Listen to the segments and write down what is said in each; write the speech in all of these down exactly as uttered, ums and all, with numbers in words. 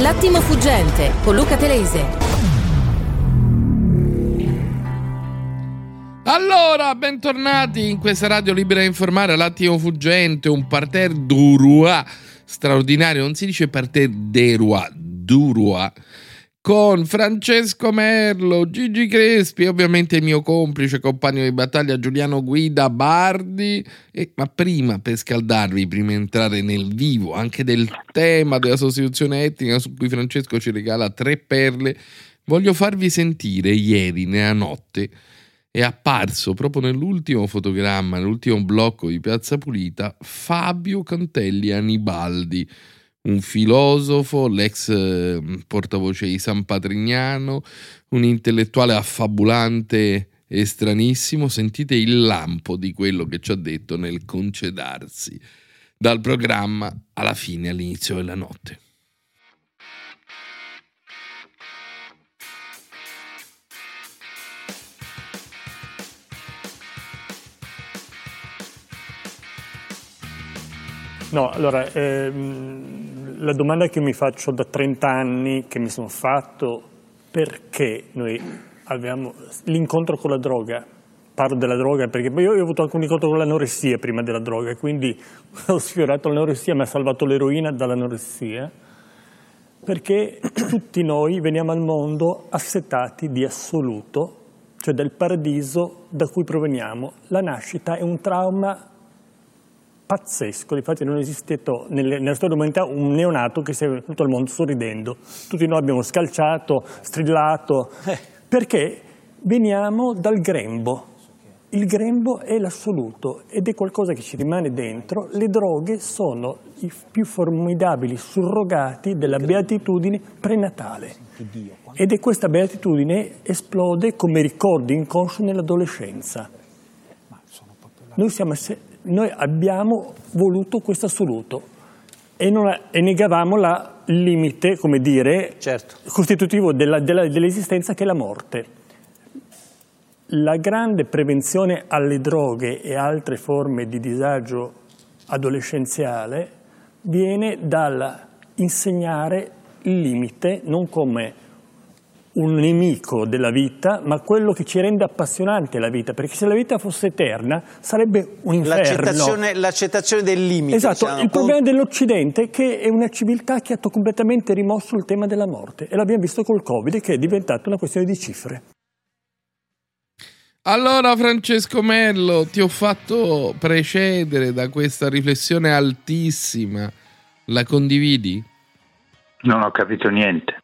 L'attimo fuggente con Luca Telese. Allora, bentornati in questa radio libera a informare. L'attimo fuggente, un parterre du roi straordinario, non si dice parterre des rois, du roi, con Francesco Merlo, Gigi Crespi e ovviamente il mio complice, compagno di battaglia Giuliano Guida Bardi. E, ma prima, per scaldarvi, prima di entrare nel vivo anche del tema della sostituzione etnica, su cui Francesco ci regala tre perle, voglio farvi sentire ieri nella notte. È apparso proprio nell'ultimo fotogramma, nell'ultimo blocco di Piazza Pulita, Fabio Cantelli Anibaldi, un filosofo, l'ex eh, portavoce di San Patrignano, un intellettuale affabulante e stranissimo. Sentite il lampo di quello che ci ha detto nel concedarsi dal programma alla fine, all'inizio della notte. No, allora, ehm, la domanda che mi faccio da trenta anni, che mi sono fatto, perché noi avevamo l'incontro con la droga, parlo della droga perché poi io ho avuto anche un incontro con l'anoressia prima della droga, quindi ho sfiorato l'anoressia, mi ha salvato l'eroina dall'anoressia, perché tutti noi veniamo al mondo assetati di assoluto, cioè del paradiso da cui proveniamo. La nascita è un trauma pazzesco, infatti non esiste nelle, nella storia dell'umanità un neonato che sia venuto al mondo sorridendo. Tutti noi abbiamo scalciato, strillato, eh. perché veniamo dal grembo. Il grembo è l'assoluto ed è qualcosa che ci rimane dentro. Le droghe sono i più formidabili surrogati della beatitudine prenatale. Ed è questa beatitudine esplode come ricordi inconsci nell'adolescenza. Noi siamo... Noi abbiamo voluto questo assoluto e, non, e negavamo la, il limite, come dire, certo. costitutivo della, della, dell'esistenza, che è la morte. La grande prevenzione alle droghe e altre forme di disagio adolescenziale viene dall'insegnare il limite non come un nemico della vita, ma quello che ci rende appassionante la vita, perché se la vita fosse eterna sarebbe un inferno. L'accettazione, l'accettazione del limite. Esatto, diciamo. Il problema dell'Occidente è che è una civiltà che ha completamente rimosso il tema della morte, e l'abbiamo visto col Covid, che è diventata una questione di cifre. Allora, Francesco Merlo, ti ho fatto precedere da questa riflessione altissima, la condividi? Non ho capito niente.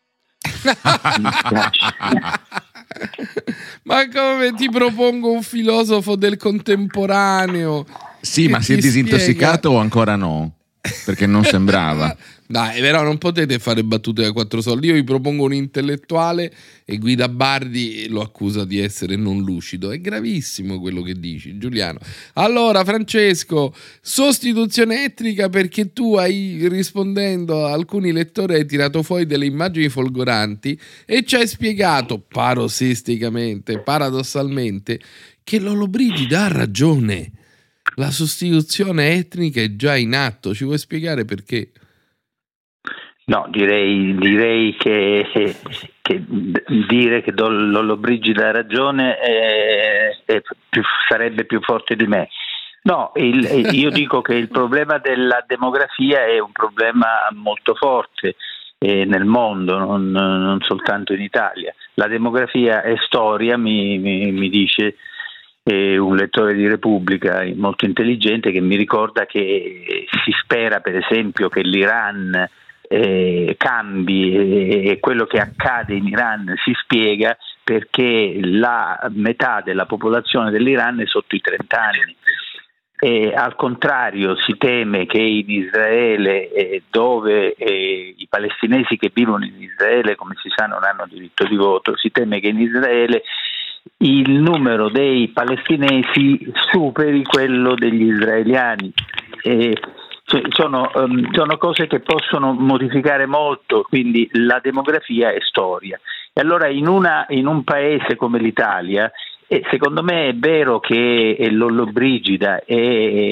Ma come ti propongo un filosofo del contemporaneo? Sì, ma si è disintossicato spiega... o ancora no? Perché non sembrava. Dai, però non potete fare battute da quattro soldi. Io vi propongo un intellettuale e Guida Bardi lo accusa di essere non lucido. È gravissimo quello che dici, Giuliano. Allora, Francesco, sostituzione etnica, perché tu hai, rispondendo a alcuni lettori, hai tirato fuori delle immagini folgoranti e ci hai spiegato parossisticamente, paradossalmente, che Lollobrigida ha ragione. La sostituzione etnica è già in atto. Ci vuoi spiegare perché? No, direi, direi che, che dire che Lollobrigida ha ragione è, è più, sarebbe più forte di me. No, il, io dico che il problema della demografia è un problema molto forte eh, nel mondo, non, non soltanto in Italia. La demografia è storia, mi, mi, mi dice eh, un lettore di Repubblica molto intelligente, che mi ricorda che si spera, per esempio, che l'Iran Eh, cambi e eh, quello che accade in Iran si spiega perché la metà della popolazione dell'Iran è sotto i trenta anni e al contrario si teme che in Israele eh, dove eh, i palestinesi che vivono in Israele, come si sa, non hanno diritto di voto, si teme che in Israele il numero dei palestinesi superi quello degli israeliani. eh, Sono, um, sono cose che possono modificare molto, quindi la demografia è storia. E allora in, una, in un paese come l'Italia, eh, secondo me è vero che Lollobrigida è,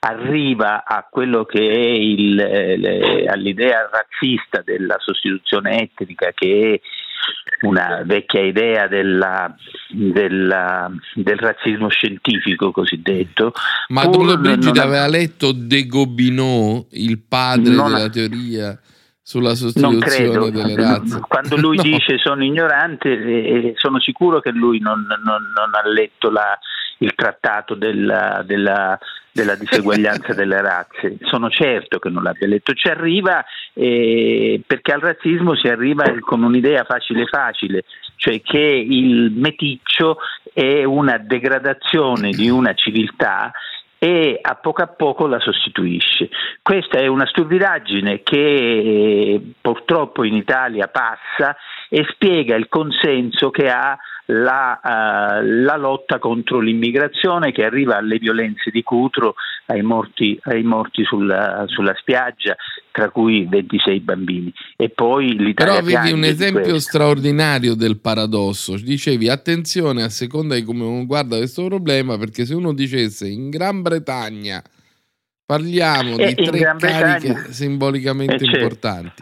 arriva a quello che è il, le, all'idea razzista della sostituzione etnica, che è una vecchia idea della, della, del razzismo scientifico cosiddetto. Ma Lollobrigida non... aveva letto De Gobineau, il padre non... della teoria sulla sostituzione delle razze? Quando lui no. dice sono ignorante, eh, sono sicuro che lui non, non, non ha letto la, il trattato della, della, della diseguaglianza delle razze. Sono certo che non l'abbia letto. Ci arriva eh, perché al razzismo si arriva con un'idea facile facile, cioè che il meticcio è una degradazione di una civiltà e a poco a poco la sostituisce. Questa è una stupidaggine che purtroppo in Italia passa e spiega il consenso che ha la, uh, la lotta contro l'immigrazione, che arriva alle violenze di Cutro, ai morti, ai morti sulla, sulla spiaggia, tra cui ventisei bambini. E poi l'Italia. Però vedi un esempio straordinario del paradosso. Dicevi attenzione a seconda di come uno guarda questo problema, perché se uno dicesse in Gran Bretagna parliamo eh, di tre Gran cariche Bretagna, simbolicamente eh, importanti.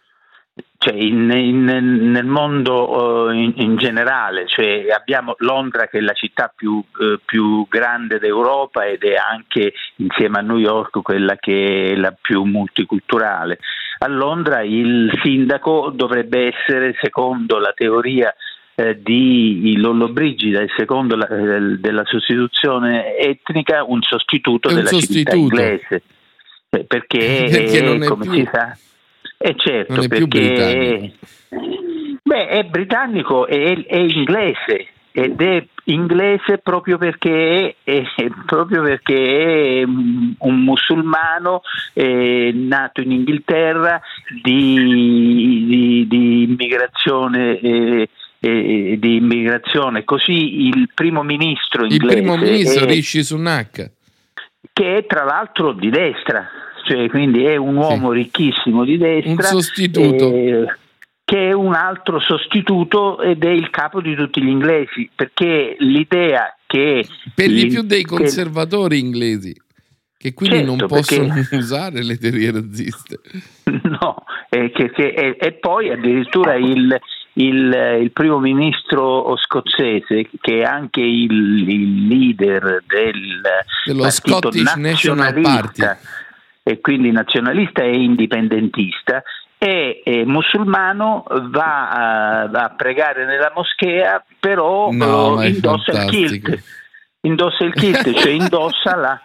Cioè in, in, nel mondo uh, in, in generale, cioè abbiamo Londra che è la città più, uh, più grande d'Europa ed è anche insieme a New York quella che è la più multiculturale. A Londra il sindaco dovrebbe essere, secondo la teoria eh, di Lollobrigida e secondo la, eh, della sostituzione etnica, un sostituto un della sostituto. civiltà inglese, eh, perché, perché è, non è come più... si sa. Eh certo, non è più perché beh, è britannico, è, è inglese ed è inglese proprio perché è, è proprio perché è un musulmano eh, nato in Inghilterra di, di, di immigrazione eh, eh, di immigrazione. Così il primo ministro inglese, il primo ministro è, Rishi Sunak, che è tra l'altro di destra, cioè quindi è un uomo sì. ricchissimo di destra, un sostituto eh, che è un altro sostituto ed è il capo di tutti gli inglesi, perché l'idea che per di più dei conservatori che, inglesi che quindi certo, non possono perché, usare le teorie razziste, no, eh, che, che, e, e poi addirittura il Il, il primo ministro scozzese, che è anche il, il leader del dello partito Scottish National Party e quindi nazionalista e indipendentista, è, è musulmano, va a, a pregare nella moschea, però no, indossa il kilt, indossa il kilt, cioè indossa la,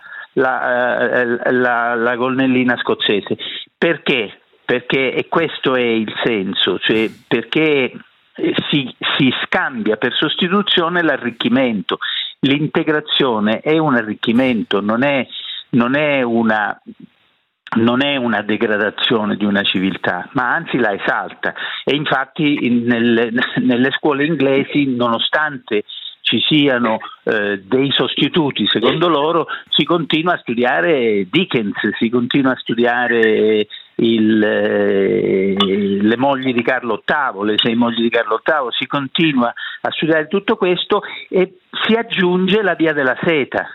la, la, la gonnellina scozzese. Perché? Perché e questo è il senso, cioè perché si, si scambia per sostituzione l'arricchimento. L'integrazione è un arricchimento, non è, non è una non è una degradazione di una civiltà, ma anzi la esalta. E infatti nelle, nelle scuole inglesi, nonostante ci siano eh, dei sostituti, secondo loro, si continua a studiare Dickens, si continua a studiare il, eh, le mogli di Carlo ottavo, le sei mogli di Carlo ottavo, si continua a studiare tutto questo e si aggiunge la via della seta.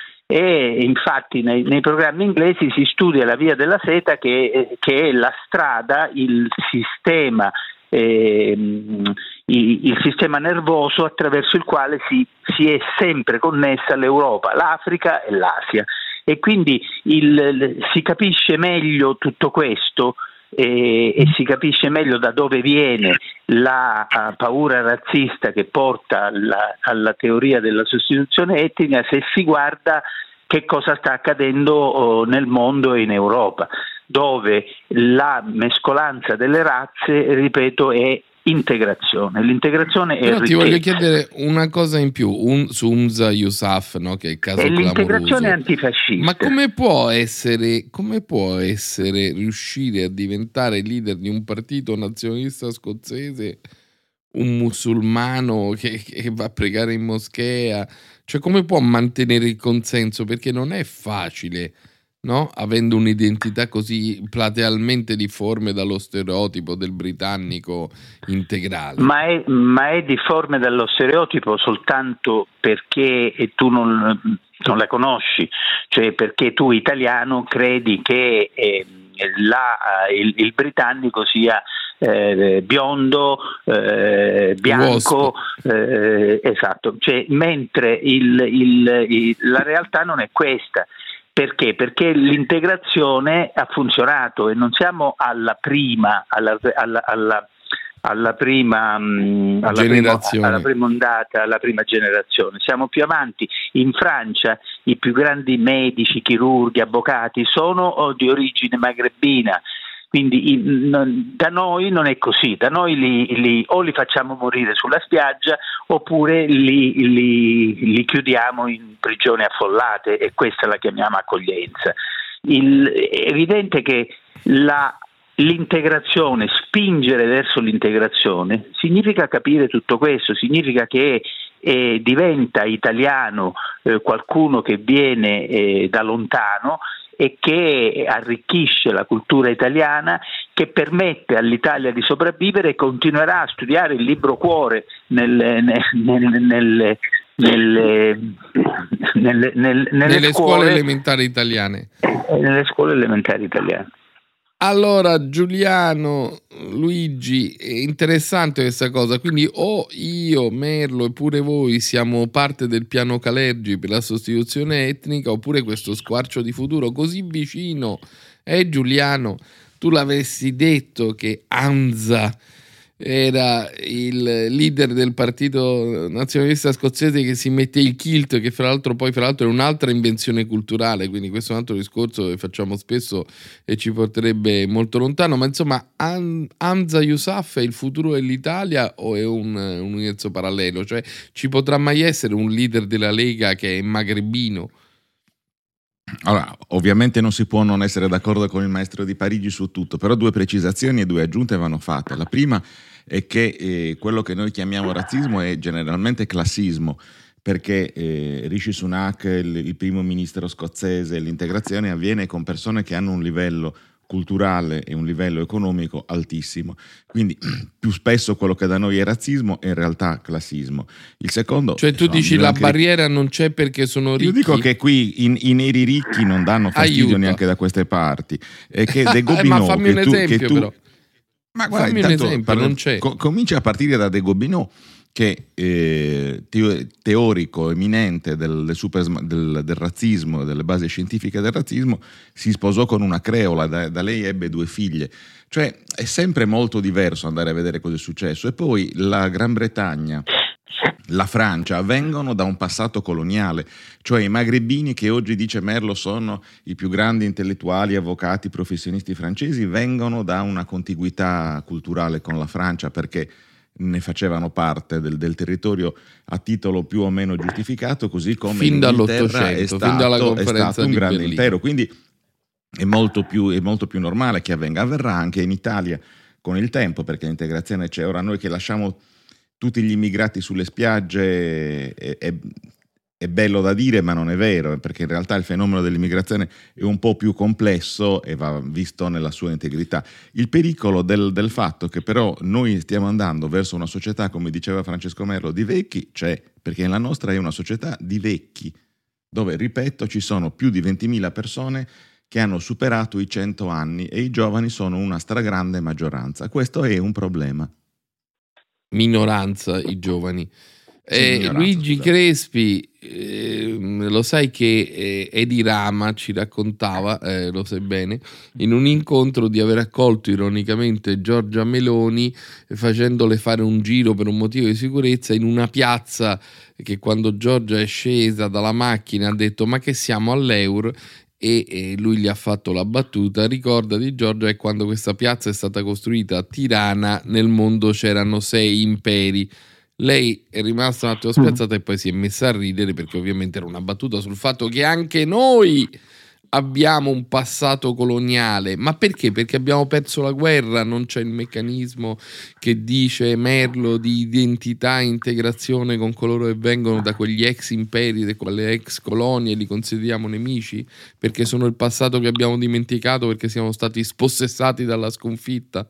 E infatti nei, nei programmi inglesi si studia la via della seta, che, che è la strada, il sistema eh, il sistema nervoso attraverso il quale si, si è sempre connessa l'Europa, l'Africa e l'Asia, e quindi il, si capisce meglio tutto questo e, e si capisce meglio da dove viene la uh, paura razzista che porta alla, alla teoria della sostituzione etnica, se si guarda che cosa sta accadendo oh, nel mondo e in Europa, dove la mescolanza delle razze, ripeto, è integrazione. L'integrazione è Però ricchezza. Ti voglio chiedere una cosa in più, un, su Humza Yousaf, no, che è il caso è clamoroso. L'integrazione antifascista. Ma come può essere, come può essere riuscire a diventare leader di un partito nazionalista scozzese un musulmano che, che va a pregare in moschea? Cioè, come può mantenere il consenso? Perché non è facile no? Avendo un'identità così platealmente difforme dallo stereotipo del britannico integrale. Ma è, ma è difforme dallo stereotipo soltanto perché tu non, non la conosci, cioè perché tu italiano credi che eh, la, il, il britannico sia Eh, biondo, eh, bianco, eh, esatto, cioè, mentre il, il, il, la realtà non è questa. Perché? Perché l'integrazione ha funzionato e non siamo alla prima, alla, alla, alla, alla prima alla generazione, prima, alla prima ondata, alla prima generazione. Siamo più avanti. In Francia i più grandi medici, chirurghi, avvocati sono di origine magrebina. Quindi da noi non è così, da noi li, li, o li facciamo morire sulla spiaggia oppure li, li, li chiudiamo in prigioni affollate e questa la chiamiamo accoglienza. Il, è evidente che la, l'integrazione, spingere verso l'integrazione, significa capire tutto questo, significa che eh, diventa italiano eh, qualcuno che viene eh, da lontano e che arricchisce la cultura italiana, che permette all'Italia di sopravvivere e continuerà a studiare il libro cuore nelle, nelle, nelle, nelle, nelle, nelle, nelle, nelle scuole, scuole elementari italiane. Nelle scuole elementari italiane. Allora, Giuliano, Luigi, è interessante questa cosa, quindi o io, Merlo e pure voi siamo parte del piano Kalergi per la sostituzione etnica, oppure questo squarcio di futuro così vicino. Eh Giuliano, tu l'avessi detto che Hamza era il leader del partito nazionalista scozzese che si mette il kilt, che fra l'altro poi fra l'altro è un'altra invenzione culturale, quindi questo è un altro discorso che facciamo spesso e ci porterebbe molto lontano, ma insomma Hamza Yousaf è il futuro dell'Italia o è un, un universo parallelo? Cioè ci potrà mai essere un leader della Lega che è magrebino? Allora, ovviamente non si può non essere d'accordo con il maestro di Parigi su tutto, però due precisazioni e due aggiunte vanno fatte. La prima è che eh, quello che noi chiamiamo razzismo è generalmente classismo, perché eh, Rishi Sunak, il, il primo ministro scozzese, l'integrazione avviene con persone che hanno un livello culturale e un livello economico altissimo, quindi più spesso quello che da noi è razzismo è in realtà classismo. Il secondo, cioè tu insomma, dici la anche... barriera non c'è perché sono ricchi? Io dico che qui in, i neri ricchi non danno fastidio Aiuto. neanche da queste parti, e che De Gobineau, ma fammi un che tu, esempio che tu... però ma guarda, fammi un esempio, parla... non c'è. Co- comincia a partire da De Gobineau, che eh, teorico eminente del, del, super, del, del razzismo, delle basi scientifiche del razzismo, si sposò con una creola, da, da lei ebbe due figlie. Cioè è sempre molto diverso andare a vedere cosa è successo. E poi la Gran Bretagna, la Francia vengono da un passato coloniale, cioè i magrebini che oggi dice Merlo sono i più grandi intellettuali, avvocati, professionisti francesi, vengono da una contiguità culturale con la Francia, perché ne facevano parte del, del territorio a titolo più o meno giustificato, così come fin l'Inghilterra è fin stato, dalla è conferenza stato un di grande Berlino. impero, quindi è molto, più, è molto più normale che avvenga. Avverrà anche in Italia con il tempo, perché l'integrazione c'è. Ora noi che lasciamo tutti gli immigrati sulle spiagge è, è, è bello da dire, ma non è vero, perché in realtà il fenomeno dell'immigrazione è un po' più complesso e va visto nella sua integrità. Il pericolo del, del fatto che però noi stiamo andando verso una società, come diceva Francesco Merlo, di vecchi c'è, perché la nostra è una società di vecchi, dove, ripeto, ci sono più di ventimila persone che hanno superato i cento anni e i giovani sono una stragrande maggioranza. Questo è un problema. Minoranza i giovani. Sì, eh, Luigi scusate. Crespi, eh, lo sai che eh, Edi Rama ci raccontava, eh, lo sai bene, in un incontro di aver accolto ironicamente Giorgia Meloni eh, facendole fare un giro per un motivo di sicurezza in una piazza che quando Giorgia è scesa dalla macchina ha detto ma che siamo all'Eur, e, e lui gli ha fatto la battuta: ricorda di Giorgia che quando questa piazza è stata costruita a Tirana nel mondo c'erano sei imperi. Lei è rimasta un attimo spiazzata e poi si è messa a ridere, perché ovviamente era una battuta sul fatto che anche noi abbiamo un passato coloniale, ma perché? Perché abbiamo perso la guerra, non c'è il meccanismo che dice Merlo di identità e integrazione con coloro che vengono da quegli ex imperi, da quelle ex colonie, li consideriamo nemici perché sono il passato che abbiamo dimenticato perché siamo stati spossessati dalla sconfitta.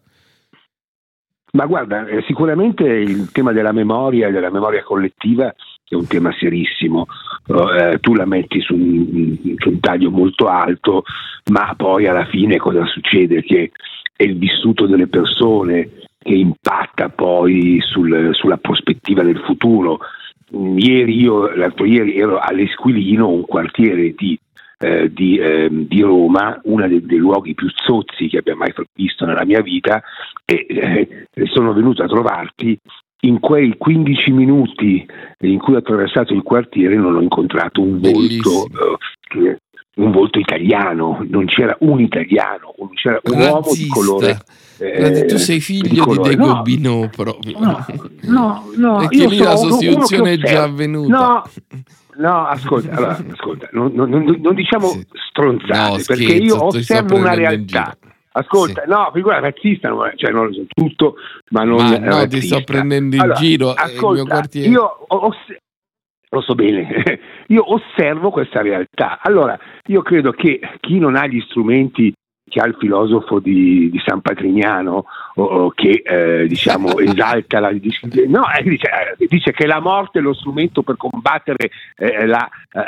Ma guarda, eh, sicuramente il tema della memoria e della memoria collettiva è un tema serissimo. Uh, eh, tu la metti su un, su un taglio molto alto, ma poi alla fine cosa succede? Che è il vissuto delle persone che impatta poi sul, sulla prospettiva del futuro. Ieri io, l'altro ieri ero all'Esquilino, un quartiere di Eh, di, eh, di Roma, uno dei, dei luoghi più zozzi che abbia mai visto nella mia vita, e eh, sono venuto a trovarti. In quei quindici minuti in cui ho attraversato il quartiere non ho incontrato un volto, eh, un volto italiano, non c'era un italiano, non c'era un Razzista. uomo di colore. Eh, tu sei figlio di, di De Gobineau, proprio. No, no, no. Perché lì la sostituzione è già avvenuta. No. No, ascolta, allora, ascolta, non, non, non diciamo sì. stronzate, no, perché scherzo, io osservo una realtà. Ascolta, sì. no, figura razzista, non, cioè non lo so tutto, ma non ma è no, razzista. Ti sto prendendo in allora, giro, ascolta, il mio quartiere. Io oss- lo so bene, io osservo questa realtà. Allora, io credo che chi non ha gli strumenti che ha il filosofo di, di San Patrignano, o, o che eh, diciamo esalta la no, eh, dice, eh, dice che la morte è lo strumento per combattere eh, la,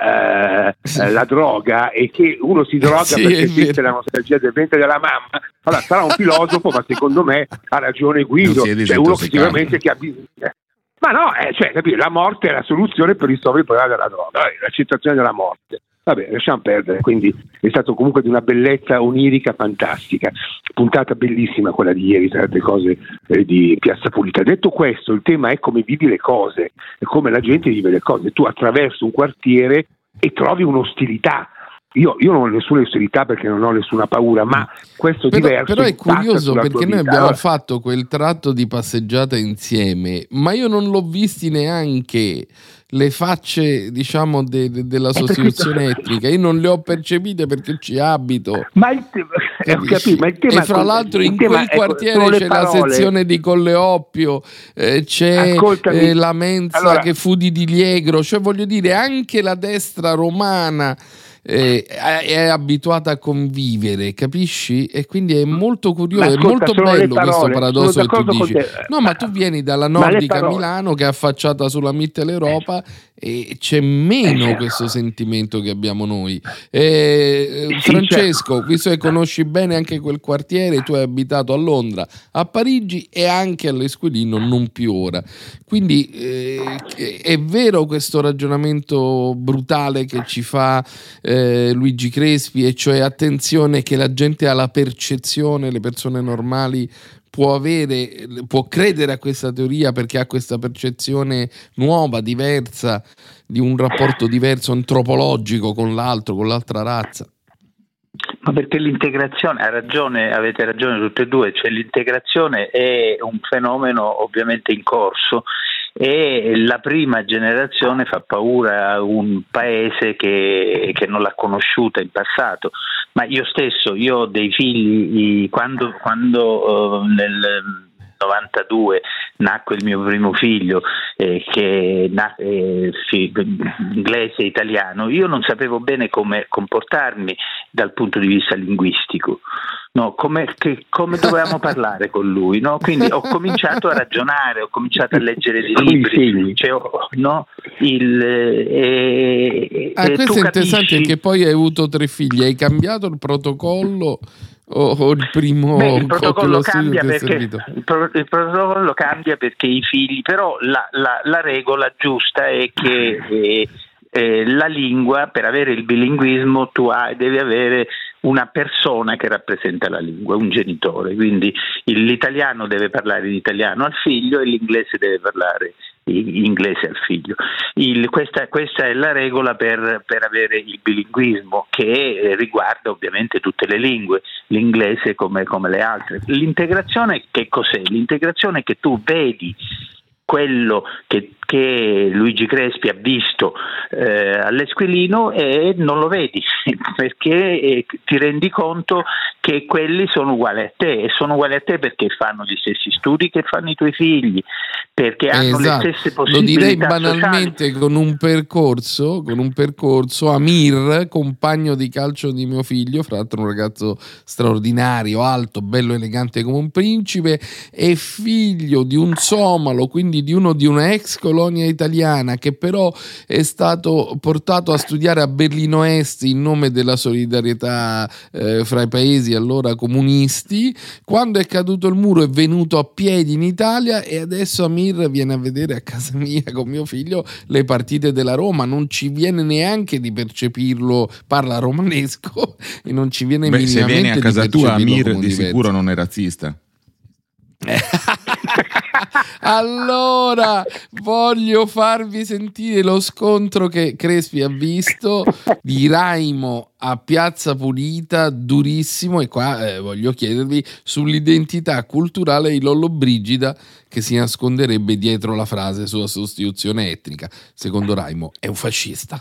eh, la droga, e che uno si droga sì, perché esiste la nostalgia del ventre della mamma. Allora sarà un filosofo, ma secondo me ha ragione Guido, cioè uno che sicuramente che ha bisogno. Ma no, eh, cioè, capire, la morte è la soluzione per risolvere il problema della droga, l'accettazione della morte. Vabbè, lasciamo perdere, quindi è stato comunque di una bellezza onirica fantastica, puntata bellissima quella di ieri, tra altre cose, eh, di Piazza Pulita. Detto questo, il tema è come vivi le cose, è come la gente vive le cose. Tu attraversi un quartiere e trovi un'ostilità. Io, io non ho nessuna ostilità perché non ho nessuna paura, ma questo però, diverso. Però è curioso perché noi abbiamo allora, fatto quel tratto di passeggiata insieme, ma io non l'ho visti neanche le facce, diciamo, de, de, della sostituzione etnica. Io non le ho percepite perché ci abito. Ma il, te- eh, capito, ma il tema e fra l'altro in quel quartiere c'è la sezione di Colle Oppio, eh, c'è eh, la mensa allora, che fu di Diliegro, cioè voglio dire anche la destra romana Eh, è abituata a convivere, capisci? E quindi è molto curioso, è molto bello questo paradosso che tu dici. No, ma tu vieni dalla Nordica Milano che è affacciata sulla Mitteleuropa e c'è meno eh, questo sentimento che abbiamo noi. Eh, sì, Francesco, certo. Visto che conosci bene anche quel quartiere, tu hai abitato a Londra, a Parigi e anche all'Esquilino, non più ora. Quindi eh, è vero questo ragionamento brutale che ci fa eh, Luigi Crespi, e cioè attenzione che la gente ha la percezione, le persone normali può avere, può credere a questa teoria perché ha questa percezione nuova, diversa, di un rapporto diverso antropologico con l'altro, con l'altra razza. Ma perché l'integrazione, ha ragione, avete ragione tutte e due, cioè l'integrazione è un fenomeno ovviamente in corso e la prima generazione fa paura a un paese che, che non l'ha conosciuta in passato. Ma io stesso, io ho dei figli, quando, quando uh, nel novantadue nacque il mio primo figlio eh, che na- eh, fi- inglese e italiano, io non sapevo bene come comportarmi dal punto di vista linguistico, no, come, che, come dovevamo parlare con lui, no? Quindi ho cominciato a ragionare, ho cominciato a leggere dei libri, cioè, no? il, eh, ah, eh, questo è interessante capisci... perché poi hai avuto tre figli, hai cambiato il protocollo o, o il primo? Beh, il protocollo cambia perché il, pro, il protocollo cambia perché i figli, però la, la, la regola giusta è che eh, eh, la lingua, per avere il bilinguismo tu hai, devi avere una persona che rappresenta la lingua, un genitore, quindi l'italiano deve parlare in italiano al figlio e l'inglese deve parlare in inglese al figlio. Il, questa, questa è la regola per, per avere il bilinguismo, che riguarda ovviamente tutte le lingue, l'inglese come, come le altre. L'integrazione che cos'è? L'integrazione è che tu vedi quello che, che Luigi Crespi ha visto eh, all'Esquilino e non lo vedi perché eh, ti rendi conto che quelli sono uguali a te, e sono uguali a te perché fanno gli stessi studi che fanno i tuoi figli, perché hanno esatto. le stesse possibilità. Lo direi banalmente sociali. con un percorso, con un percorso Amir, compagno di calcio di mio figlio, fra l'altro un ragazzo straordinario, alto, bello, elegante come un principe, è figlio di un somalo, quindi di uno di una ex colonia italiana che però è stato portato a studiare a Berlino Est in nome della solidarietà eh, fra i paesi allora comunisti. Quando è caduto il muro è venuto a piedi in Italia e adesso Amir viene a vedere a casa mia con mio figlio le partite della Roma, non ci viene neanche di percepirlo, parla romanesco e non ci viene Beh, minimamente se vieni a casa tua Amir di diverso. sicuro non è razzista. Allora voglio farvi sentire lo scontro che Crespi ha visto di Raimo a Piazza Pulita, durissimo, e qua eh, voglio chiedervi sull'identità culturale di Lollobrigida che si nasconderebbe dietro la frase sulla sostituzione etnica. Secondo Raimo è un fascista.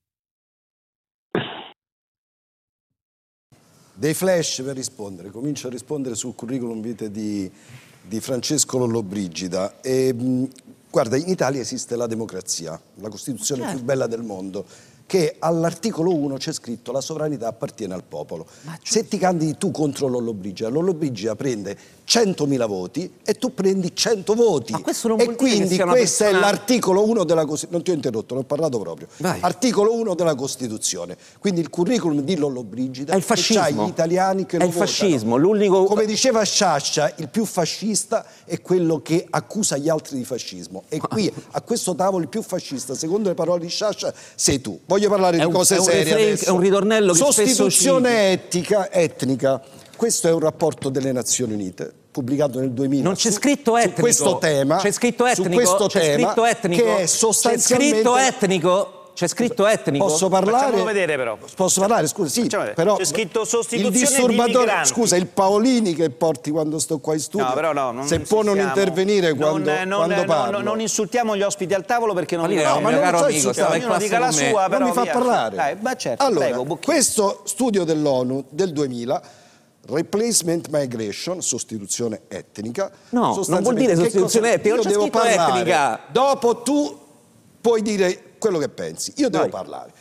Dei flash per rispondere. Comincio a rispondere sul curriculum vitae di, di Francesco Lollobrigida. E, mh, guarda, in Italia esiste la democrazia, la Costituzione certo. più bella del mondo, che all'articolo uno c'è scritto la sovranità appartiene al popolo. Se ti candidi tu contro Lollobrigida, Lollobrigida prende centomila voti e tu prendi cento voti. Ma questo non e vuol dire quindi che sia una questo persona... è l'articolo uno della Costituzione. Non ti ho interrotto, non ho parlato proprio. Vai. Articolo uno della Costituzione. Quindi il curriculum di Lollobrigida è il fascismo. C'ha gli italiani che è lo il votano. fascismo. L'unico... Come diceva Sciascia, il più fascista è quello che accusa gli altri di fascismo. E qui a questo tavolo il più fascista, secondo le parole di Sciascia, sei tu. Voglio parlare è di un, cose è un serie refrain, adesso. È un ritornello che sostituzione etica, etnica. Questo è un rapporto delle Nazioni Unite pubblicato nel duemila. Non c'è su, scritto etnico. Su questo tema. C'è scritto etnico. Su questo c'è tema scritto etnico. Che è sostanzialmente... C'è scritto etnico. C'è scritto etnico. Posso parlare? Facciamolo vedere però. Posso parlare? Scusa, sì, però c'è scritto sostituzione il disturbatore, di migranti. scusa, il Paolini che porti quando sto qua in studio. No, però no, non se può non intervenire quando, non, quando non, parlo. Non, non insultiamo gli ospiti al tavolo perché non ma li no, ma non caro so amico, stava in ognuno dica la classe sua, non però mi fa via. parlare. Dai, ma certo, allora, prego, Bocchini. questo studio dell'ONU del duemila, Replacement Migration, sostituzione etnica. No, non vuol dire sostituzione etnica, non c'è devo scritto parlare. etnica. Dopo tu puoi dire quello che pensi. Io devo Vai. parlare.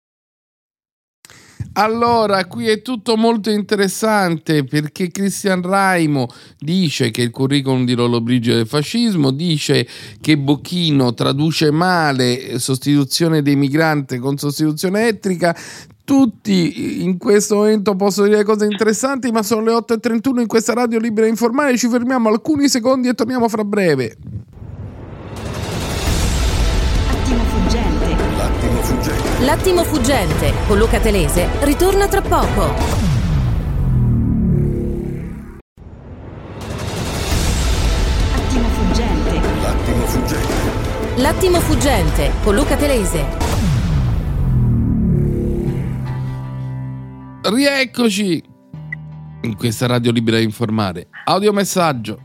Allora, qui è tutto molto interessante perché Cristian Raimo dice che il curriculum di Lollobrigida è il fascismo, dice che Bocchino traduce male sostituzione dei migranti con sostituzione etnica. Tutti in questo momento possono dire cose interessanti, ma sono le otto e trentuno in questa radio libera e informale. Ci fermiamo alcuni secondi e torniamo fra breve. Attimo fuggente. L'attimo fuggente. L'attimo fuggente con Luca Telese ritorna tra poco. Attimo fuggente. L'attimo fuggente. L'attimo fuggente con Luca Telese. Rieccoci in questa radio libera e informale. Audiomessaggio.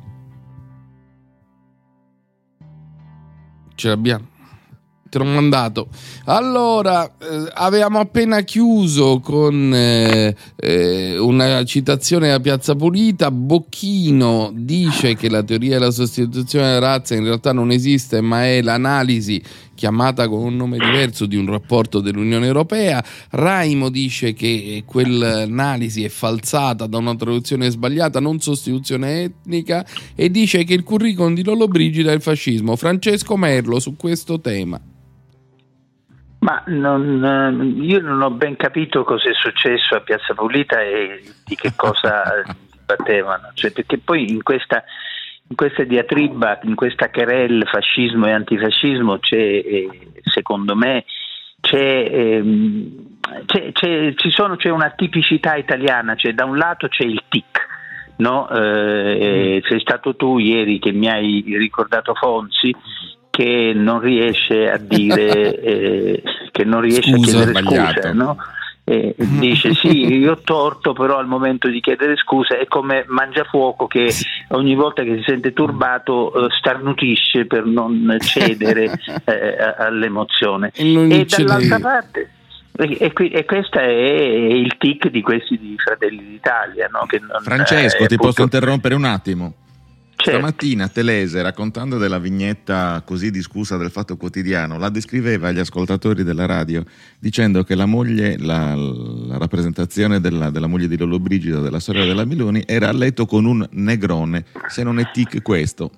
Ce l'abbiamo. Te l'ho mandato. Allora, eh, avevamo appena chiuso con eh, eh, una citazione da Piazza Pulita. Bocchino dice che la teoria della sostituzione della razza in realtà non esiste, ma è l'analisi chiamata con un nome diverso di un rapporto dell'Unione Europea. Raimo dice che quell'analisi è falsata da una traduzione sbagliata, non sostituzione etnica, e dice che il curriculum di Lollobrigida è il fascismo. Francesco Merlo su questo tema. Ma non, io non ho ben capito cosa è successo a Piazza Pulita e di che cosa dibattevano, cioè, perché poi in questa, in questa diatriba, in questa querelle fascismo e antifascismo c'è, eh, secondo me, c'è, ehm, c'è, c'è, ci sono, c'è una tipicità italiana, cioè da un lato c'è il tic, no? Eh, sei stato tu ieri che mi hai ricordato Fonzi, che non riesce a dire eh, che non riesce scusa, a chiedere scusa, no? eh, dice sì, io ho torto, però al momento di chiedere scusa è come Mangiafuoco che ogni volta che si sente turbato eh, starnutisce per non cedere eh, all'emozione. E, non e dall'altra cedere. parte e, e, qui, e questo è il tic di questi di Fratelli d'Italia, no? Che non, Francesco, eh, ti appunto... posso interrompere un attimo? Certo. Stamattina Telese, raccontando della vignetta così discussa del Fatto Quotidiano, la descriveva agli ascoltatori della radio dicendo che la moglie, la, la rappresentazione della, della moglie di Lollobrigida della storia della Meloni era a letto con un negrone. Se non è tic questo.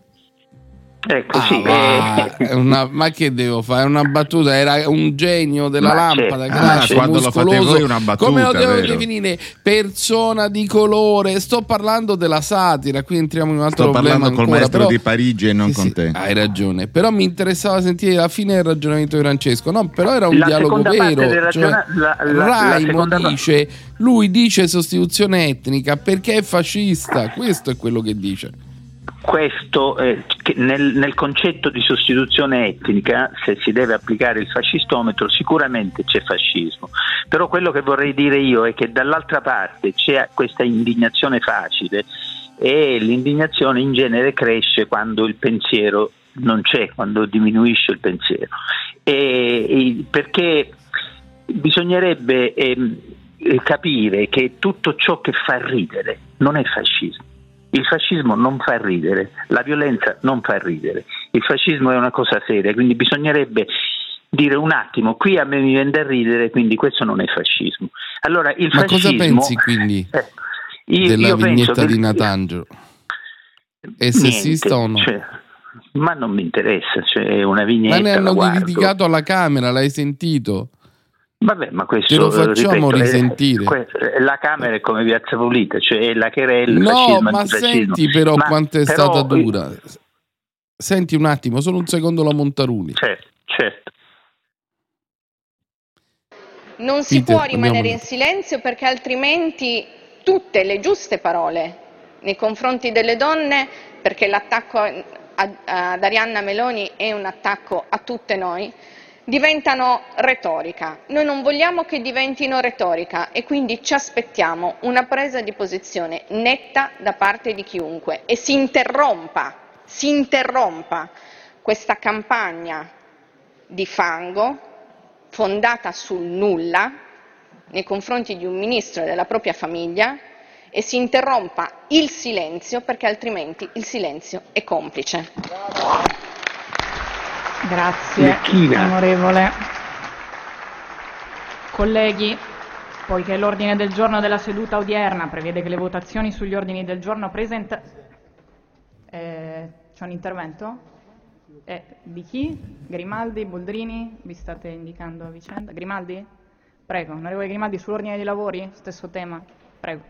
Ecco, Ah, sì, ma, eh. è una, ma che devo fare? È una battuta, era un genio della Ma lampada, certo. grasso, Ah, quando lo fate muscoloso. voi è una battuta, Come lo devo vero? definire? Persona di colore. Sto parlando della satira, qui entriamo in un altro Sto problema parlando col ancora, maestro però, di Parigi e non sì, con sì, te. hai ragione, però mi interessava sentire la fine del ragionamento di Francesco. No, però era un La dialogo seconda parte vero, del cioè, ragiona- la- la- la Raimo seconda pa- dice, lui dice sostituzione etnica perché è fascista, questo è quello che dice. Questo eh, che nel, nel concetto di sostituzione etnica, se si deve applicare il fascistometro, sicuramente c'è fascismo, però quello che vorrei dire io è che dall'altra parte c'è questa indignazione facile, e l'indignazione in genere cresce quando il pensiero non c'è, quando diminuisce il pensiero, e, e perché bisognerebbe ehm, capire che tutto ciò che fa ridere non è fascismo. Il fascismo non fa ridere, la violenza non fa ridere, il fascismo è una cosa seria, quindi bisognerebbe dire un attimo, qui a me mi viene da ridere, quindi questo non è fascismo. Allora, il Ma fascismo, cosa pensi quindi eh, io, della io vignetta penso che, di Natangelo? È niente, sessista o no? Cioè, ma non mi interessa, cioè è una vignetta. Ma ne hanno la guardo. criticato alla Camera, l'hai sentito? Vabbè, ma questo Te lo facciamo ripeto, risentire. È, è, la Camera è come Piazza Pulita, cioè è la querella, il No, fascismo, ma antifascismo. senti però Ma quanto è però, stata dura. Senti un attimo, solo un secondo la Montaruni. Certo, certo. Non si Peter, può rimanere andiamo. in silenzio, perché altrimenti tutte le giuste parole nei confronti delle donne, perché l'attacco a- a- ad Arianna Meloni è un attacco a tutte noi, diventano retorica. Noi non vogliamo che diventino retorica, e quindi ci aspettiamo una presa di posizione netta da parte di chiunque, e si interrompa, si interrompa questa campagna di fango fondata sul nulla nei confronti di un ministro e della propria famiglia, e si interrompa il silenzio, perché altrimenti il silenzio è complice. Grazie, Lecchina. onorevole. Colleghi, poiché l'ordine del giorno della seduta odierna prevede che le votazioni sugli ordini del giorno presenta... Eh, c'è un intervento? Eh, di chi? Grimaldi, Boldrini? Vi state indicando a vicenda? Grimaldi? Prego, onorevole Grimaldi, sull'ordine dei lavori? Stesso tema? Prego.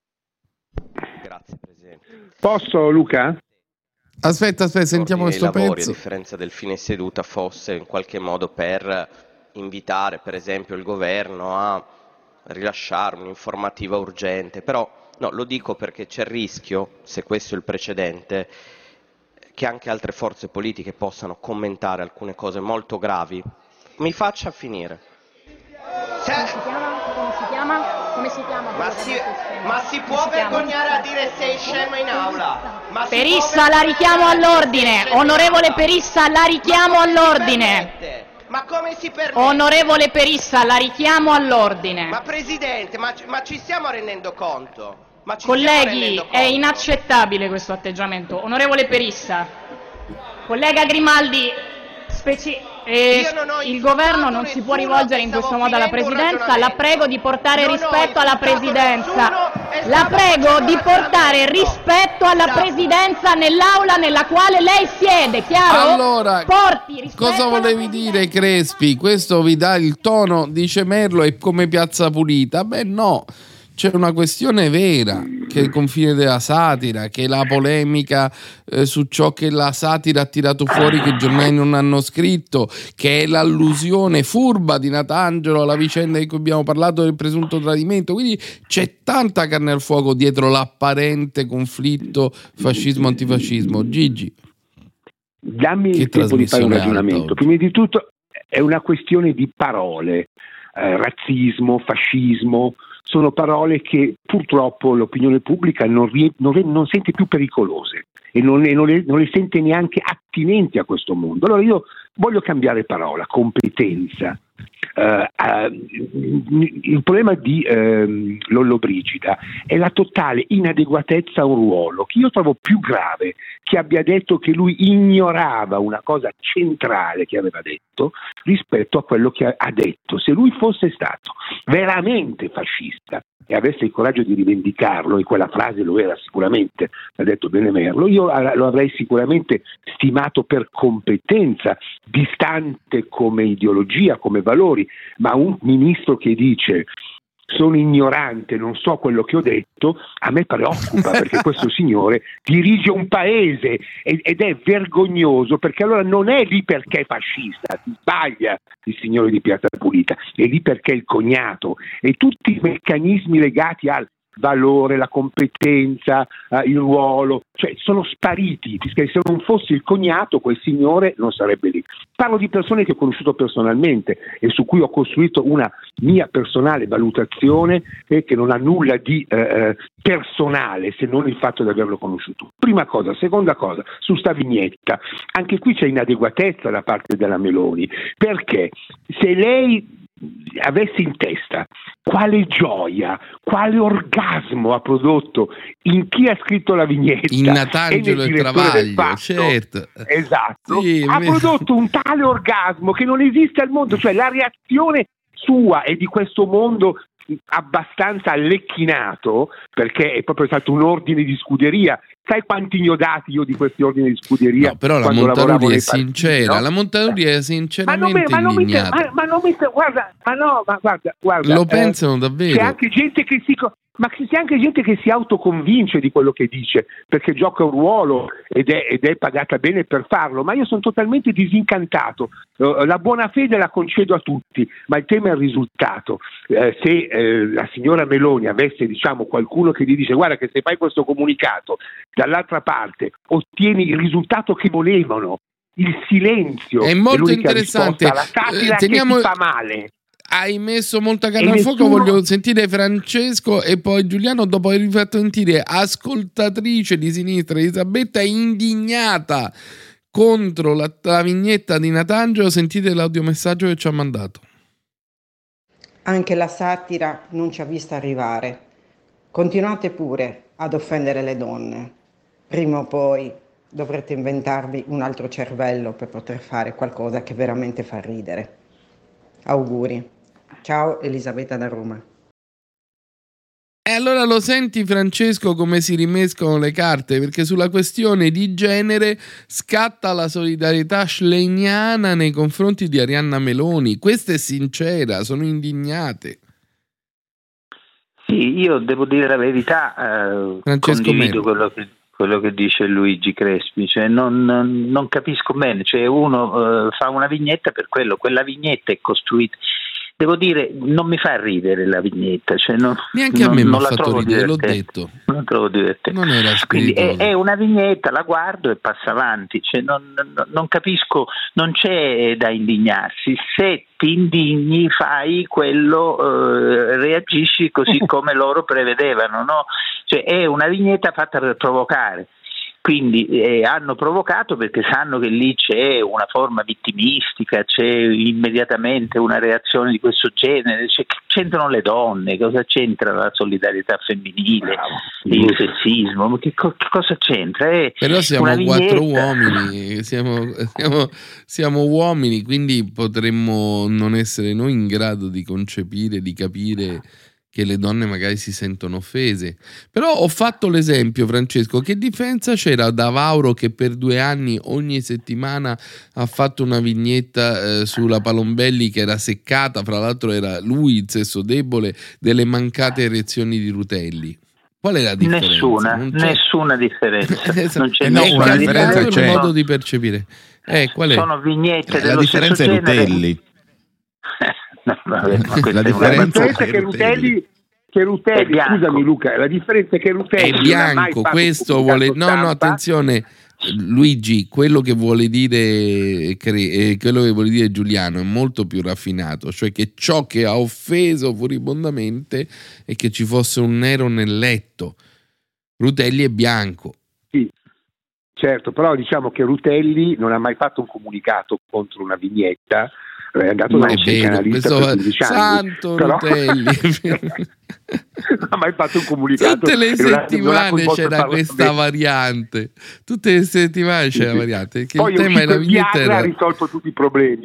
Grazie Presidente. Posso, Luca? Aspetta, aspetta, sentiamo L'ordine questo dei lavori, pezzo. a differenza del fine seduta, fosse in qualche modo per invitare per esempio il governo a rilasciare un'informativa urgente, però no, lo dico perché c'è il rischio, se questo è il precedente, che anche altre forze politiche possano commentare alcune cose molto gravi. Mi faccia finire. Come si chiama? Come si chiama? Come si chiama? Ma si, ma si Come può si chiama? vergognare a dire sei scemo in aula? Ma si Perissa, può la vergognare richiamo a dire all'ordine. sei scemo in Onorevole aula? Perissa, la richiamo Ma come si all'ordine. permette? Ma come si permette? Onorevole Perissa, la richiamo all'ordine. Ma Presidente, ma, ma ci stiamo rendendo conto? Ma ci stiamo Colleghi, rendendo è conto? inaccettabile questo atteggiamento. Onorevole Perissa, collega Grimaldi, speci- eh, Io non ho il insultato governo non si può nessuno, rivolgere in stavo questo modo alla finendo un Presidenza. La ragionamento. prego di portare Non ho rispetto alla insultato Presidenza. nessuno e La stavo prego facendo di un portare ragionamento. rispetto alla Stavo- Presidenza nell'aula nella quale lei siede, chiaro? Allora, Porti rispetto cosa alla volevi dire, Crespi? Questo vi dà il tono, dice Merlo, è come Piazza Pulita? Beh no, c'è una questione vera, che è il confine della satira, che è la polemica eh, su ciò che la satira ha tirato fuori che i giornali non hanno scritto, che è l'allusione furba di Natangelo alla vicenda di cui abbiamo parlato del presunto tradimento. Quindi c'è tanta carne al fuoco dietro l'apparente conflitto fascismo-antifascismo. Gigi, Dammi che il tempo di fare un trasmissione ragionamento. alta oggi. Prima di tutto è una questione di parole. eh, razzismo, fascismo, sono parole che purtroppo l'opinione pubblica non, rie- non, re- non sente più pericolose e, non, e non, le, non le sente neanche attinenti a questo mondo. Allora io voglio cambiare parola, competenza. Uh, uh, il problema di uh, Lollobrigida è la totale inadeguatezza a un ruolo, che io trovo più grave che abbia detto che lui ignorava una cosa centrale che aveva detto rispetto a quello che ha detto. Se lui fosse stato veramente fascista e avesse il coraggio di rivendicarlo, e quella frase lo era sicuramente, l'ha detto bene Merlo, io lo avrei sicuramente stimato per competenza, distante come ideologia, come valori, ma un ministro che dice sono ignorante, non so quello che ho detto, a me preoccupa, perché questo signore dirige un paese ed è vergognoso, perché allora non è lì perché è fascista, si sbaglia il signore di Piazza Pulita, è lì perché è il cognato, e tutti i meccanismi legati al valore, la competenza, eh, il ruolo, cioè sono spariti, perché se non fosse il cognato quel signore non sarebbe lì. Parlo di persone che ho conosciuto personalmente e su cui ho costruito una mia personale valutazione eh, che non ha nulla di eh, personale se non il fatto di averlo conosciuto. Prima cosa. Seconda cosa, su sta vignetta, anche qui c'è inadeguatezza da parte della Meloni, perché se lei avesse in testa quale gioia, quale orgasmo ha prodotto in chi ha scritto la vignetta, in Natangelo e, e Travaglio, fatto, certo, esatto, sì, ha me... prodotto un tale orgasmo che non esiste al mondo, cioè la reazione sua e di questo mondo abbastanza allecchinato, perché è proprio stato un ordine di scuderia. Sai quanti ne ho dati io di questi ordini di scuderia? No, però la Montanuri è sincera, no? La Montanuri è sinceramente ma non mi, indignata. Ma, ma non mi, guarda, ma no, ma guarda, guarda. Lo eh, pensano davvero. C'è anche gente che si... Ma c'è anche gente che si autoconvince di quello che dice, perché gioca un ruolo ed è, ed è pagata bene per farlo, ma io sono totalmente disincantato. Uh, la buona fede la concedo a tutti, ma il tema è il risultato. Uh, se uh, la signora Meloni avesse, diciamo, qualcuno che gli dice guarda che se fai questo comunicato dall'altra parte ottieni il risultato che volevano, il silenzio è molto è interessante. Risposta, la satira uh, teniamo... che ti fa male. Hai messo molta carne al fuoco, nessuno... voglio sentire Francesco e poi Giuliano, dopo aver fatto sentire ascoltatrice di sinistra Elisabetta indignata contro la, la vignetta di Natangelo. Sentite l'audiomessaggio che ci ha mandato. Anche la satira non ci ha vista arrivare. Continuate pure ad offendere le donne. Prima o poi dovrete inventarvi un altro cervello per poter fare qualcosa che veramente fa ridere. Auguri. Ciao, Elisabetta da Roma. E allora lo senti, Francesco, come si rimescono le carte? Perché sulla questione di genere scatta la solidarietà schleiniana nei confronti di Arianna Meloni. Questa è sincera, sono indignate. Sì, io devo dire la verità, eh, Francesco condivido Melo. quello che, quello che dice Luigi Crespi, cioè non, non capisco bene, cioè uno eh, fa una vignetta per quello, quella vignetta è costruita. Devo dire, non mi fa ridere la vignetta, cioè non, neanche non, a me mi ha non fatto ridere, l'ho detto. Non trovo divertente. Non era Quindi è, spiritoso. è una vignetta, la guardo e passo avanti, cioè non, non, non capisco, non c'è da indignarsi. Se ti indigni fai quello, eh, reagisci così come loro prevedevano, no? Cioè è una vignetta fatta per provocare. Quindi eh, hanno provocato perché sanno che lì c'è una forma vittimistica, c'è immediatamente una reazione di questo genere, c'è, c'entrano le donne, cosa c'entra la solidarietà femminile, il sessismo, ma che, co- che cosa c'entra? È Però siamo una quattro vignetta. uomini, siamo, siamo, siamo uomini, quindi potremmo non essere noi in grado di concepire, di capire che le donne magari si sentono offese. Però ho fatto l'esempio, Francesco, che differenza c'era da Vauro che per due anni ogni settimana ha fatto una vignetta eh, sulla Palombelli che era seccata, fra l'altro era lui il sesso debole, delle mancate erezioni di Rutelli. Qual è la differenza? Nessuna, Non c'è... nessuna differenza. Non c'è Eh no, nessuna una differenza. differenza il c'è. modo di percepire. Eh, qual è? Sono vignette dello La differenza stesso è genere. Rutelli. No, vabbè, ma questa La è una- differenza è che Rutelli, che Rutelli È bianco. scusami Luca, la differenza è che Rutelli È non ha mai bianco, fatto questo comunicato vuole... No, no, stampa. attenzione... Luigi, quello che vuole dire cre- quello che vuole dire Giuliano è molto più raffinato, cioè che ciò che ha offeso furibondamente è che ci fosse un nero nel letto. Rutelli è bianco. Sì, certo, però diciamo che Rutelli non ha mai fatto un comunicato contro una vignetta, è andato da un psicanalista per quindici anni. Santo però... Rutelli. Non ha mai fatto un comunicato. Tutte le settimane c'era questa variante. Tutte le settimane c'era la variante. Che poi il tema è la vignetta era... ha risolto tutti i problemi.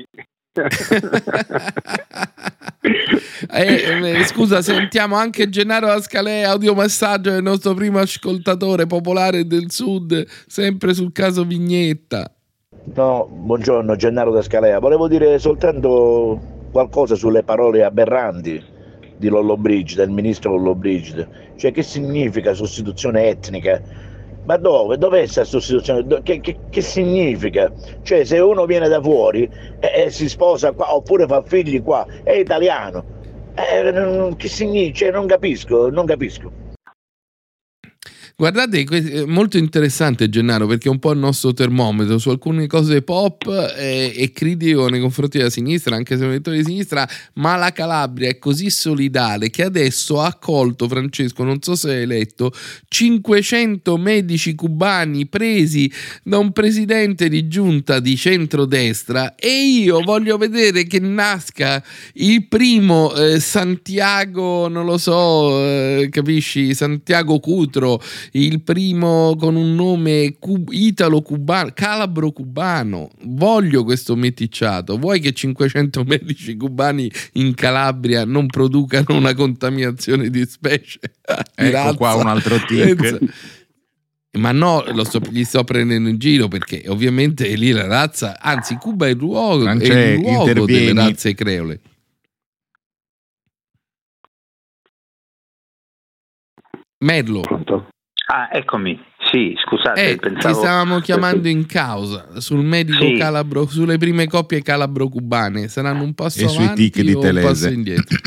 eh, eh, scusa, sentiamo anche Gennaro Ascalè, audiomessaggio del nostro primo ascoltatore popolare del Sud, sempre sul caso vignetta. No, buongiorno Gennaro da Scalea, volevo dire soltanto qualcosa sulle parole aberranti di Lollobrigida, del ministro Lollobrigida, cioè che significa sostituzione etnica? Ma dove? Dov'è questa sostituzione? Che, che, che significa? Cioè se uno viene da fuori e, e si sposa qua oppure fa figli qua, è italiano, eh, che significa? Cioè, non capisco, non capisco. Guardate, è molto interessante Gennaro, perché è un po' il nostro termometro su alcune cose pop e, e critico nei confronti della sinistra, anche se sono elettori di sinistra, ma la Calabria è così solidale che adesso ha accolto, Francesco, non so se hai letto, cinquecento medici cubani presi da un presidente di giunta di centrodestra, e io voglio vedere che nasca il primo eh, Santiago, non lo so, eh, capisci, Santiago Cutro, il primo con un nome cub- italo-cubano, calabro-cubano. Voglio questo meticciato. Vuoi che cinquecento medici cubani in Calabria non producano una contaminazione di specie? Di ecco razza? Qua un altro tic. Ma no, lo sto, gli sto prendendo in giro, perché ovviamente lì la razza, anzi Cuba è il luogo, è il luogo delle razze creole. Merlo. Pronto? Ah, eccomi. Sì, scusate, eh, pensavo... Ti stavamo chiamando in causa sul medico sì. calabro, sulle prime coppie calabro-cubane. Saranno un passo e avanti sui tic di o un passo indietro?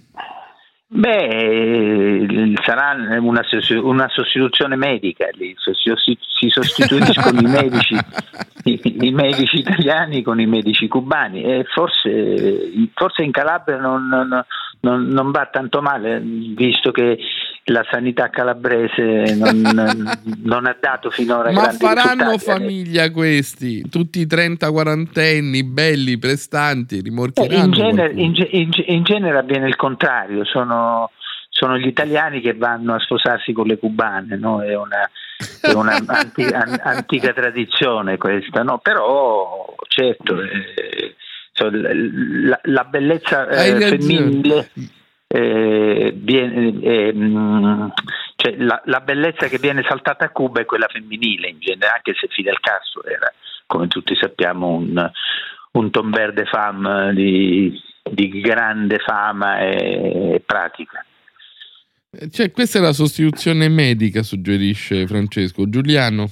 Beh, sarà una, una sostituzione medica lì, si sostituiscono i medici i, i medici italiani con i medici cubani, e forse, forse in Calabria non, non, non, non va tanto male, visto che la sanità calabrese non, non ha dato finora ma grandi faranno risultati. Famiglia questi, tutti trenta quarantenni belli, prestanti, rimorcheranno. In genere, in, in, in genere avviene il contrario, sono, sono gli italiani che vanno a sposarsi con le cubane, no? È una, è una anti, an, antica tradizione questa, no? Però certo eh, la, la bellezza eh, femminile Eh, viene, eh, mh, cioè la, la bellezza che viene saltata a Cuba è quella femminile in genere, anche se Fidel Castro era, come tutti sappiamo, un, un tomber de femme di, di grande fama e, e pratica. Cioè, questa è la sostituzione medica, suggerisce Francesco. Giuliano?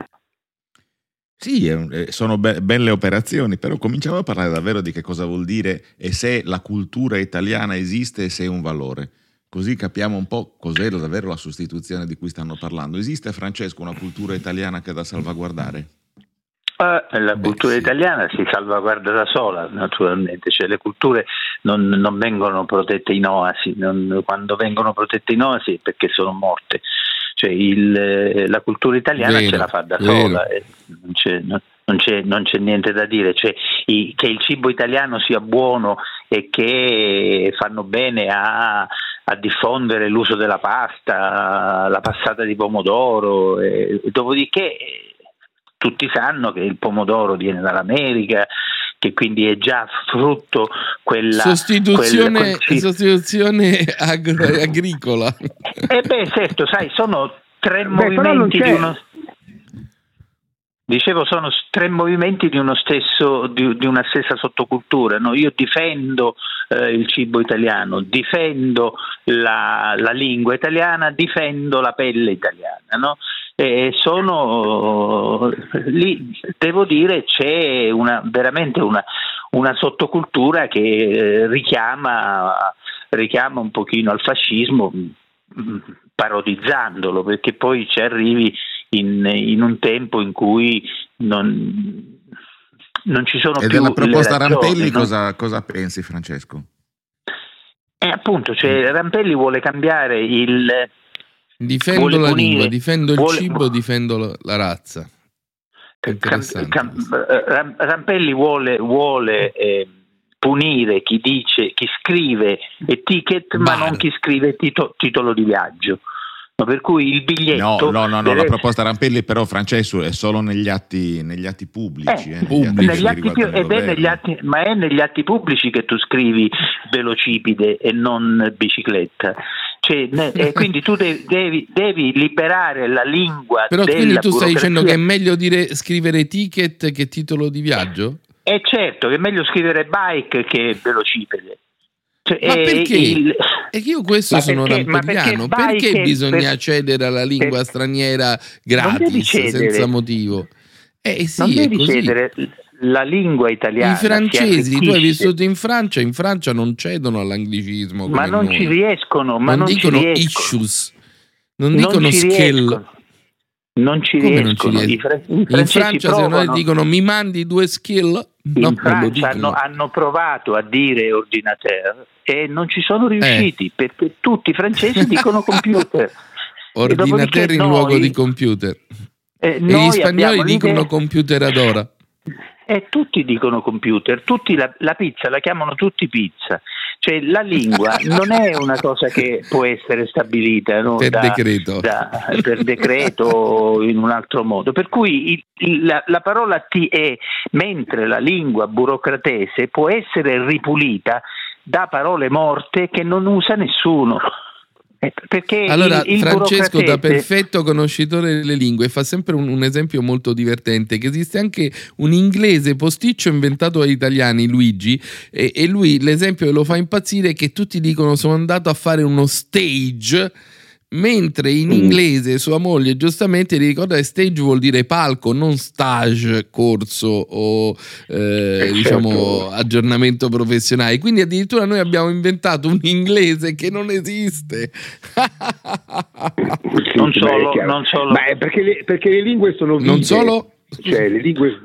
Sì, sono be- belle operazioni, però cominciamo a parlare davvero di che cosa vuol dire e se la cultura italiana esiste e se è un valore. Così capiamo un po' cos'è davvero la sostituzione di cui stanno parlando. Esiste, Francesco, una cultura italiana che è da salvaguardare? Eh, la cultura Beh, sì. italiana si salvaguarda da sola, naturalmente, cioè le culture non, non vengono protette in oasi, non, quando vengono protette in oasi è perché sono morte. Cioè il, la cultura italiana vero, ce la fa da vero. sola, eh, non, c'è, non, non, c'è, non c'è niente da dire, cioè, i, che il cibo italiano sia buono e che fanno bene a, a diffondere l'uso della pasta, la passata di pomodoro, e, dopodiché tutti sanno che il pomodoro viene dall'America, che quindi è già frutto quella sostituzione, quel, quel sostituzione agro, agricola. E eh beh, certo, sai, sono tre beh, movimenti di uno dicevo sono tre movimenti di uno stesso di, di una stessa sottocultura, no? Io difendo eh, il cibo italiano, difendo la, la lingua italiana, difendo la pelle italiana, no? E sono lì, devo dire, c'è una veramente una, una sottocultura che richiama richiama un pochino al fascismo, parodizzandolo, perché poi ci arrivi in, in un tempo in cui non, non ci sono e più della proposta le ragioni, Rampelli no? cosa, cosa pensi, Francesco? Eh, appunto, cioè, Rampelli vuole cambiare il... Difendo vuole la punire, lingua, difendo il vuole- cibo, difendo la, la razza. Interessante. Cam- Ram- Rampelli vuole, vuole eh, punire chi dice, chi scrive etichette, ma non chi scrive tito- titolo di viaggio. No, per cui il No, biglietto no, no, no, deve- la proposta Rampelli però, Francesco, è solo negli atti, negli atti pubblici. Eh, eh, negli atti negli che atti più- riguardano il ed è negli governo. atti- ma è negli atti pubblici che tu scrivi velocipede e non bicicletta. Cioè, ne- e quindi tu devi, devi, devi liberare la lingua Però della quindi tu stai dicendo che è burocrazia. meglio dire scrivere ticket che titolo di viaggio? È certo che è meglio scrivere bike che velocipede. Cioè, Ma è perché? il- E io questo Ma sono perché- ma rampelliano. perché Perché, bike- bisogna per- cedere alla lingua per- straniera Non devi gratis, cedere. senza motivo? Eh sì, non è devi così. cedere la lingua italiana. I si francesi, tu hai arricchisce. vissuto in Francia, in Francia non cedono all'anglicismo come Ma non noi. ci riescono, ma non, non ci dicono riescono. issues, non Non dicono ci skill. riescono. Non ci Come non ci riescono. I, riescono? fra- i In francesi Francia se noi provano. dicono mi mandi due skill, no, In non lo Francia dicono. hanno, hanno provato a dire ordinateur e non ci sono Eh. riusciti perché tutti i francesi dicono computer. Ordinateur in noi- luogo di computer. Eh, E noi gli spagnoli abbiamo dicono l'idea- computer ad ora. E tutti dicono computer, tutti la, la pizza la chiamano tutti pizza. Cioè la lingua non è una cosa che può essere stabilita, no, Per da- decreto. da- per decreto o in un altro modo. Per cui il- il- la, la parola T E, mentre la lingua burocratese può essere ripulita da parole morte che non usa nessuno. Eh, Perché Allora, il, il Francesco, da burocratese- perfetto conoscitore delle lingue, fa sempre un, un esempio molto divertente, che esiste anche un inglese posticcio inventato dagli italiani, Luigi, e, e lui l'esempio che lo fa impazzire è che tutti dicono sono andato a fare uno stage, mentre in inglese sua moglie giustamente gli ricorda che stage vuol dire palco, non stage, corso o eh, diciamo aggiornamento professionale. Quindi addirittura noi abbiamo inventato un inglese che non esiste. non Sì, solo, ma è chiaro. non solo. Ma è perché, le, perché le lingue sono vive. Non solo? Cioè, le lingue...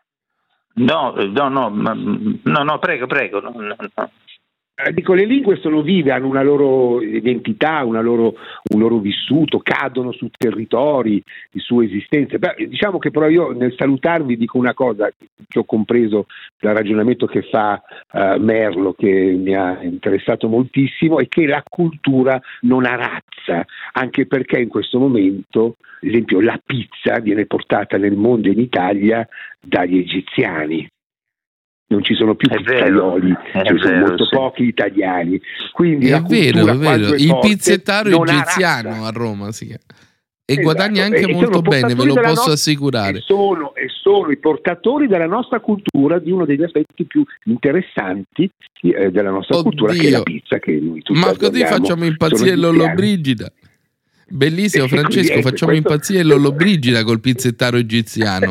No, no, no, ma- no, no, prego, prego. No, no, no. Eh, Dico, le lingue sono vive, hanno una loro identità, una loro, un loro vissuto, cadono su territori di sua esistenza. Beh, diciamo che però io nel salutarvi dico una cosa che ho compreso dal ragionamento che fa eh, Merlo, che mi ha interessato moltissimo, è che la cultura non ha razza, anche perché in questo momento, ad esempio, la pizza viene portata nel mondo e in Italia dagli egiziani. Non ci sono più È pizzaioli, vero, è ci sono vero, molto sì. pochi italiani. Quindi È la vero, cultura, è quando vero. è Il forte, pizzettaro non ha egiziano razza. a Roma si chiama. E Esatto, guadagna anche e- e molto sono bene, ve portatori lo della posso no- assicurare. E sono, e sono i portatori della nostra cultura, di uno degli aspetti più interessanti eh, della nostra cultura, che è la Oddio. pizza, che noi tutti Ma così adoriamo. facciamo impazzire Sono Lollo egiziani. Brigida. Bellissimo, E Francesco, quindi, ecco, facciamo questo- impazzire Lollo Brigida col pizzettaro egiziano.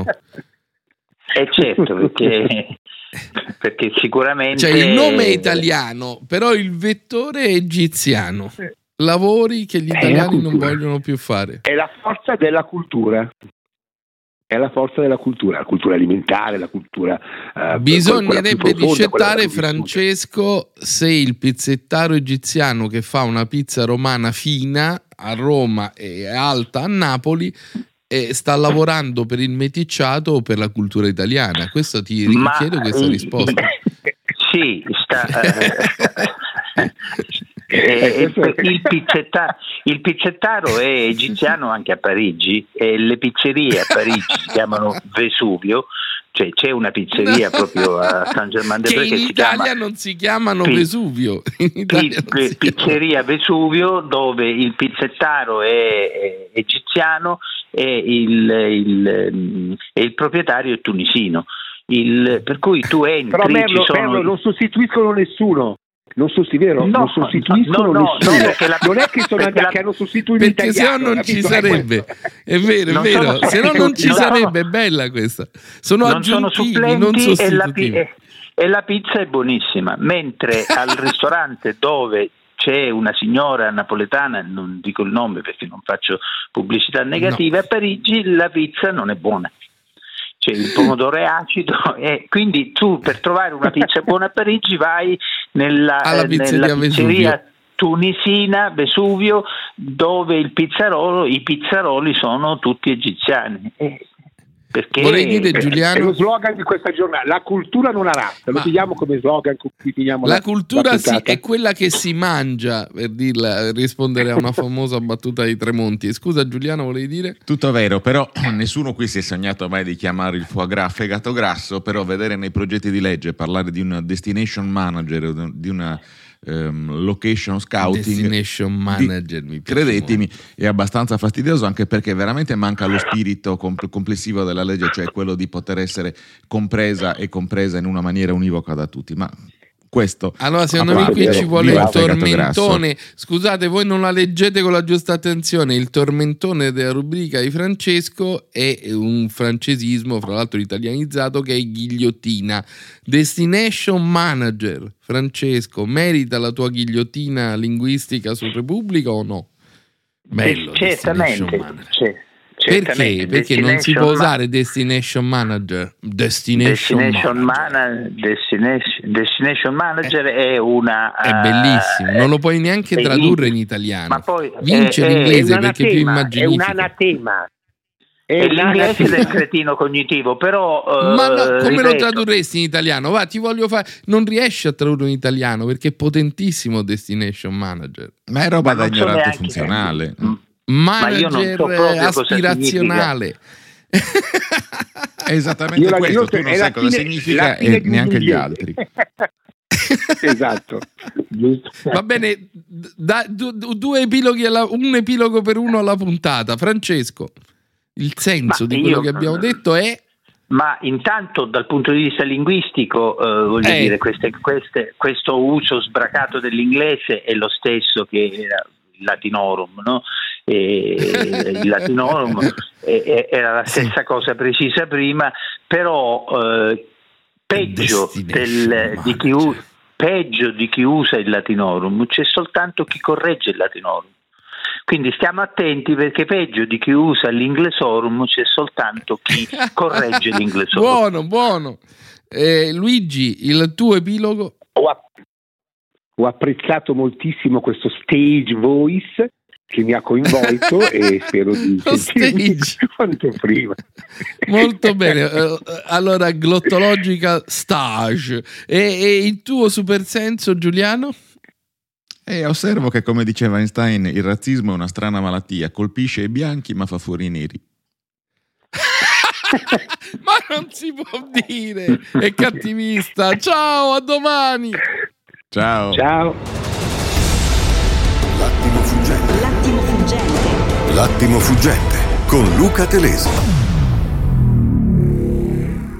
Eh certo, perché, perché sicuramente... Cioè il nome è italiano, però il vettore è egiziano. Lavori che gli È la italiani non cultura. vogliono più fare. È la forza della cultura. È la forza della cultura, la cultura alimentare, la cultura... eh, Bisognerebbe quella più profonda, quella discettare, più vissuta. Francesco, se il pizzettaro egiziano che fa una pizza romana fina a Roma e alta a Napoli eh, sta lavorando per il meticciato o per la cultura italiana. Questo ti Ma- richiedo questa risposta. Sì, sta... eh, eh, il, il pizzetta- il pizzettaro è egiziano anche a Parigi e le pizzerie a Parigi si chiamano Vesuvio, cioè c'è una pizzeria No. proprio a Saint-Germain-des-Prés Che che, in si Italia chiama non si chiamano Pi- Vesuvio. In Italia Pi- non si chiamano- Pizzeria Vesuvio, dove il pizzettaro è, è egiziano e il, il- e il proprietario è tunisino. Il- per cui tu entri, Però Merlo, ci sono... Merlo, non sostituiscono nessuno. Non sosti- vero? No, non sostituiscono no, no, nessuno. no, perché la- non è che sono perché andati, la- che hanno sostituito Perché se no l'italiano, non ci capito? sarebbe. È vero, è Non vero. sono- Se no non ci non sono- sarebbe. È bella questa. Sono non sono aggiuntivi, non supplenti e la, pi- sostitutivi. e- e la pizza è buonissima, mentre al ristorante dove c'è una signora napoletana, non dico il nome perché non faccio pubblicità negative, no. A Parigi la pizza non è buona. Cioè, il pomodoro è acido e quindi tu per trovare una pizza buona a Parigi vai nella, alla eh, pizzeria, nella pizzeria Vesuvio. tunisina Vesuvio, dove il pizzarolo, i pizzaroli sono tutti egiziani. Eh, perché Vorrei dire, Giuliano, è lo slogan di questa giornata: la cultura non ha razza. Lo teniamo come slogan con cui finiamo la, la cultura la sì, è quella che si mangia, per dirla, rispondere a una famosa battuta di Tremonti. Scusa Giuliano, volevi dire? Tutto vero, però nessuno qui si è sognato mai di chiamare il foie gras fegato grasso, però vedere nei progetti di legge parlare di una destination manager, di una um, location scouting, destination manager, di, mi piace credetemi, molto. È abbastanza fastidioso, anche perché veramente manca lo spirito comp- complessivo della legge, cioè quello di poter essere compresa e compresa in una maniera univoca da tutti. Ma questo allora secondo me qui ci vuole il tormentone. Scusate, voi non la leggete con la giusta attenzione. Il tormentone della rubrica di Francesco è un francesismo, fra l'altro italianizzato, che è ghigliottina. Destination manager. Francesco, merita la tua ghigliottina linguistica su Repubblica o no? Bello. Certamente, c'è. Perché? Perché non si può usare destination manager. Destination, destination, manager. Mana, destination, destination manager è una è bellissimo, non lo puoi neanche tradurre in italiano. Ma poi vince è, l'inglese è perché è più immaginifico. È un anatema. È, è l'inglese del cretino cognitivo, però uh, ma no, come ripeto, lo tradurresti in italiano? Va, ti voglio fare. Non riesci a tradurre in italiano perché è potentissimo destination manager. Ma è roba ma da ignorante neanche, funzionale. Manager so aspirazionale. È esattamente io la, questo, io, tu non sai cosa fine, significa e neanche gli altri. Esatto. Va bene, da, du, due epiloghi alla, un epilogo per uno alla puntata. Francesco, il senso ma di quello io, che abbiamo detto è... Ma intanto dal punto di vista linguistico eh, voglio eh. dire queste, queste, questo uso sbracato dell'inglese è lo stesso che era il latinorum, no? E il latinorum era la stessa cosa precisa prima, però eh, peggio, del, di chi, peggio di chi usa il latinorum c'è soltanto chi corregge il latinorum. Quindi stiamo attenti, perché peggio di chi usa l'inglesorum c'è soltanto chi corregge l'inglesorum. Buono, buono. Eh, Luigi, il tuo epilogo? Ho, ho apprezzato moltissimo questo stage voice che mi ha coinvolto e spero di sentirmi quanto prima. Molto bene. Allora, glottologica stage. E, e il tuo super senso, Giuliano? E osservo che, come diceva Einstein, il razzismo è una strana malattia, colpisce i bianchi ma fa fuori i neri. Ma non si può dire, è cattivista. Ciao, a domani. Ciao. Ciao. L'attimo fuggente. L'attimo fuggente. L'attimo fuggente con Luca Telesi.